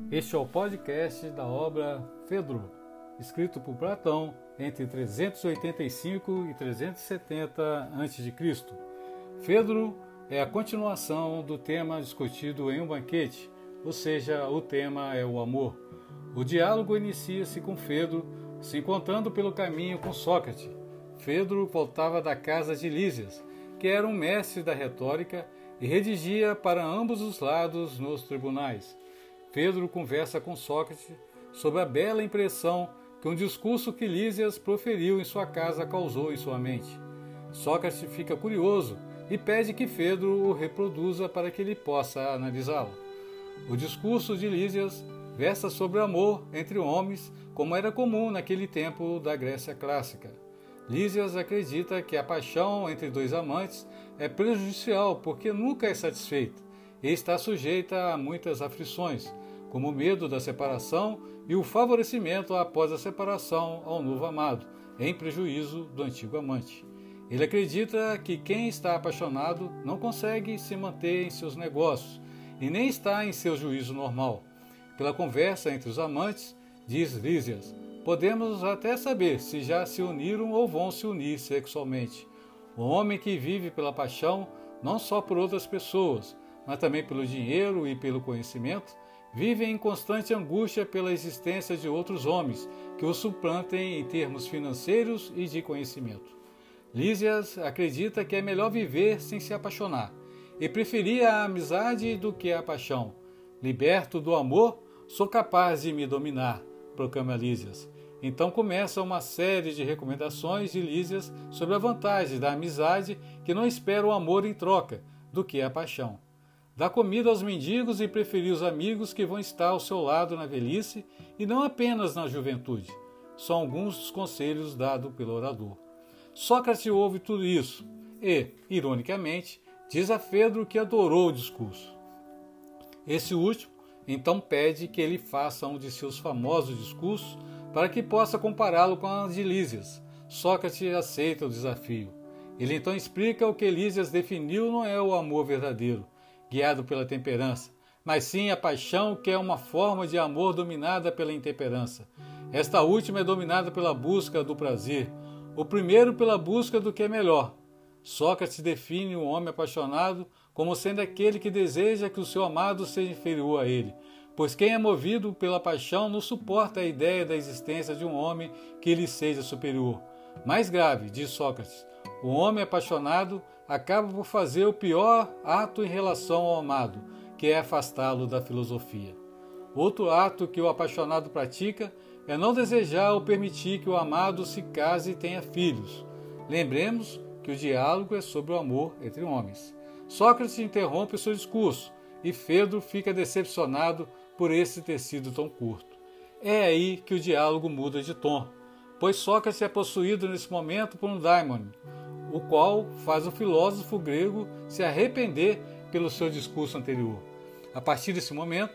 Este é o podcast da obra Fedro, escrito por Platão entre 385 e 370 a.C. Fedro é a continuação do tema discutido em um banquete, ou seja, o tema é o amor. O diálogo inicia-se com Fedro se encontrando pelo caminho com Sócrates. Fedro voltava da casa de Lísias, que era um mestre da retórica e redigia para ambos os lados nos tribunais. Fedro conversa com Sócrates sobre a bela impressão que um discurso que Lísias proferiu em sua casa causou em sua mente. Sócrates fica curioso e pede que Fedro o reproduza para que ele possa analisá-lo. O discurso de Lísias versa sobre o amor entre homens, como era comum naquele tempo da Grécia clássica. Lísias acredita que a paixão entre dois amantes é prejudicial porque nunca é satisfeita e está sujeita a muitas aflições, como o medo da separação e o favorecimento após a separação ao novo amado, em prejuízo do antigo amante. Ele acredita que quem está apaixonado não consegue se manter em seus negócios e nem está em seu juízo normal. Pela conversa entre os amantes, diz Lísias, podemos até saber se já se uniram ou vão se unir sexualmente. O homem que vive pela paixão, não só por outras pessoas, mas também pelo dinheiro e pelo conhecimento, vive em constante angústia pela existência de outros homens que o suplantem em termos financeiros e de conhecimento. Lísias acredita que é melhor viver sem se apaixonar e preferia a amizade do que a paixão. Liberto do amor, sou capaz de me dominar, proclama Lísias. Então começa uma série de recomendações de Lísias sobre a vantagem da amizade que não espera o amor em troca do que a paixão. Dá comida aos mendigos e preferir os amigos que vão estar ao seu lado na velhice e não apenas na juventude. São alguns dos conselhos dados pelo orador. Sócrates ouve tudo isso e, ironicamente, diz a Fedro que adorou o discurso. Esse último, então, pede que ele faça um de seus famosos discursos para que possa compará-lo com a de Lísias. Sócrates aceita o desafio. Ele então explica o que Lísias definiu não é o amor verdadeiro, guiado pela temperança, mas sim a paixão, que é uma forma de amor dominada pela intemperança. Esta última é dominada pela busca do prazer, o primeiro pela busca do que é melhor. Sócrates define o homem apaixonado como sendo aquele que deseja que o seu amado seja inferior a ele, pois quem é movido pela paixão não suporta a ideia da existência de um homem que lhe seja superior. Mais grave, diz Sócrates, o homem apaixonado acaba por fazer o pior ato em relação ao amado, que é afastá-lo da filosofia. Outro ato que o apaixonado pratica é não desejar ou permitir que o amado se case e tenha filhos. Lembremos que o diálogo é sobre o amor entre homens. Sócrates interrompe o seu discurso e Fedro fica decepcionado por esse ter sido tão curto. É aí que o diálogo muda de tom, pois Sócrates é possuído nesse momento por um daimon, o qual faz o filósofo grego se arrepender pelo seu discurso anterior. A partir desse momento,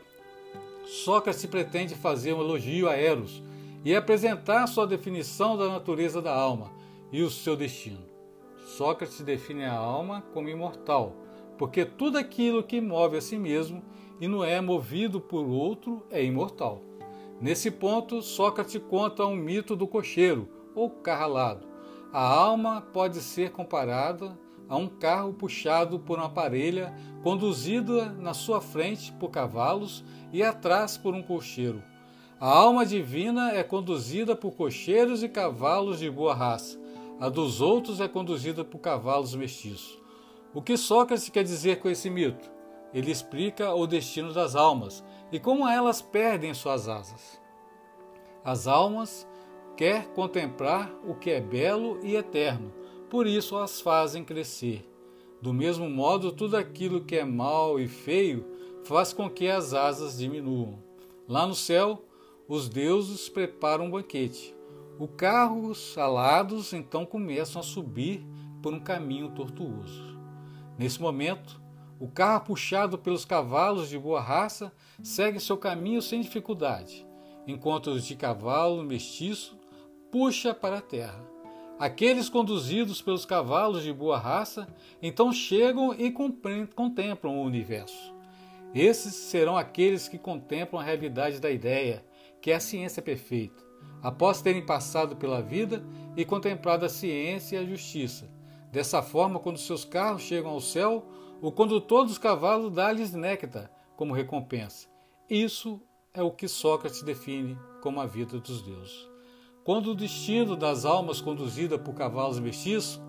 Sócrates pretende fazer um elogio a Eros e apresentar sua definição da natureza da alma e o seu destino. Sócrates define a alma como imortal, porque tudo aquilo que move a si mesmo e não é movido por outro é imortal. Nesse ponto, Sócrates conta um mito do cocheiro, ou carro alado. A alma pode ser comparada a um carro puxado por uma parelha conduzida na sua frente por cavalos e atrás por um cocheiro. A alma divina é conduzida por cocheiros e cavalos de boa raça. A dos outros é conduzida por cavalos mestiços. O que Sócrates quer dizer com esse mito? Ele explica o destino das almas e como elas perdem suas asas. As almas querem contemplar o que é belo e eterno, por isso as fazem crescer. Do mesmo modo, tudo aquilo que é mau e feio faz com que as asas diminuam. Lá no céu, os deuses preparam um banquete. Os carros alados então começam a subir por um caminho tortuoso. Nesse momento, o carro puxado pelos cavalos de boa raça segue seu caminho sem dificuldade, enquanto os de cavalo mestiço puxa para a terra. Aqueles conduzidos pelos cavalos de boa raça então chegam e contemplam o universo. Esses serão aqueles que contemplam a realidade da ideia, que é a ciência perfeita, após terem passado pela vida e contemplado a ciência e a justiça. Dessa forma, quando seus carros chegam ao céu, o condutor dos cavalos dá-lhes néctar como recompensa. Isso é o que Sócrates define como a vida dos deuses. Quando o destino das almas conduzida por cavalos mestiços,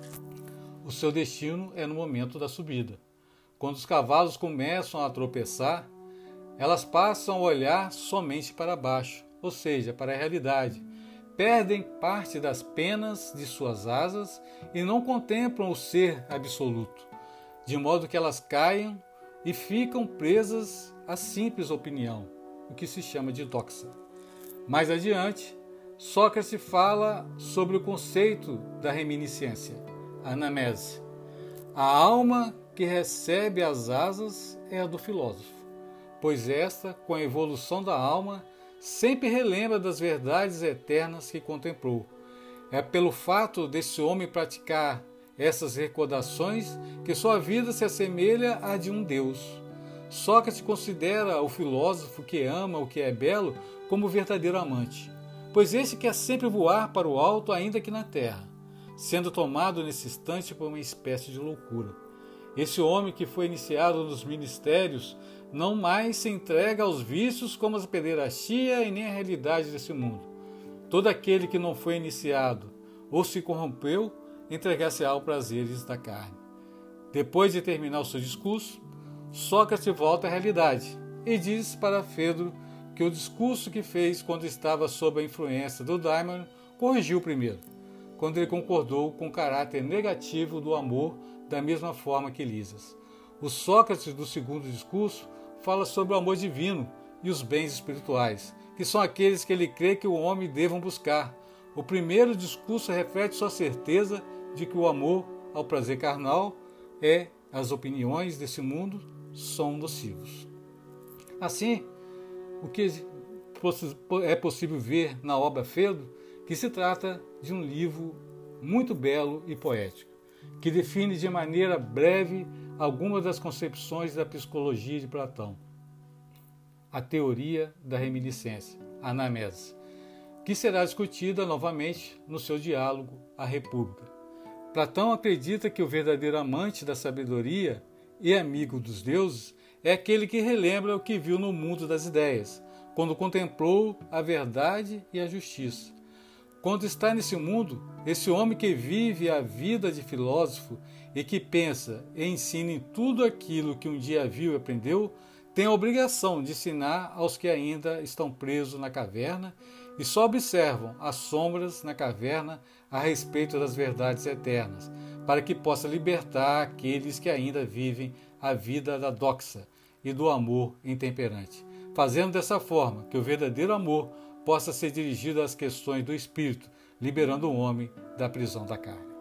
o seu destino é no momento da subida. Quando os cavalos começam a tropeçar, elas passam a olhar somente para baixo, ou seja, para a realidade. Perdem parte das penas de suas asas e não contemplam o ser absoluto, de modo que elas caiam e ficam presas à simples opinião, o que se chama de doxa. Mais adiante, Sócrates fala sobre o conceito da reminiscência, a anamnese. A alma que recebe as asas é a do filósofo, pois esta, com a evolução da alma, sempre relembra das verdades eternas que contemplou. É pelo fato desse homem praticar essas recordações que sua vida se assemelha à de um Deus. Sócrates considera o filósofo que ama o que é belo como verdadeiro amante, pois este quer sempre voar para o alto ainda que na terra, sendo tomado nesse instante por uma espécie de loucura. Esse homem que foi iniciado nos ministérios não mais se entrega aos vícios como a pederastia e nem a realidade desse mundo. Todo aquele que não foi iniciado ou se corrompeu, entregar-se aos prazeres da carne. Depois de terminar o seu discurso, Sócrates volta à realidade e diz para Fedro que o discurso que fez quando estava sob a influência do Daimon corrigiu primeiro, quando ele concordou com o caráter negativo do amor da mesma forma que Lisas. O Sócrates do segundo discurso fala sobre o amor divino e os bens espirituais, que são aqueles que ele crê que o homem deva buscar. O primeiro discurso reflete sua certeza de que o amor ao prazer carnal as opiniões desse mundo são nocivos. Assim, o que é possível ver na obra Fedro, que se trata de um livro muito belo e poético, que define de maneira breve algumas das concepções da psicologia de Platão. A teoria da reminiscência, a anamnese, que será discutida novamente no seu diálogo A República. Platão acredita que o verdadeiro amante da sabedoria e amigo dos deuses é aquele que relembra o que viu no mundo das ideias, quando contemplou a verdade e a justiça. Quando está nesse mundo, esse homem que vive a vida de filósofo e que pensa e ensina em tudo aquilo que um dia viu e aprendeu, tem a obrigação de ensinar aos que ainda estão presos na caverna e só observam as sombras na caverna a respeito das verdades eternas, para que possa libertar aqueles que ainda vivem a vida da doxa e do amor intemperante, fazendo dessa forma que o verdadeiro amor possa ser dirigido às questões do espírito, liberando o homem da prisão da carne.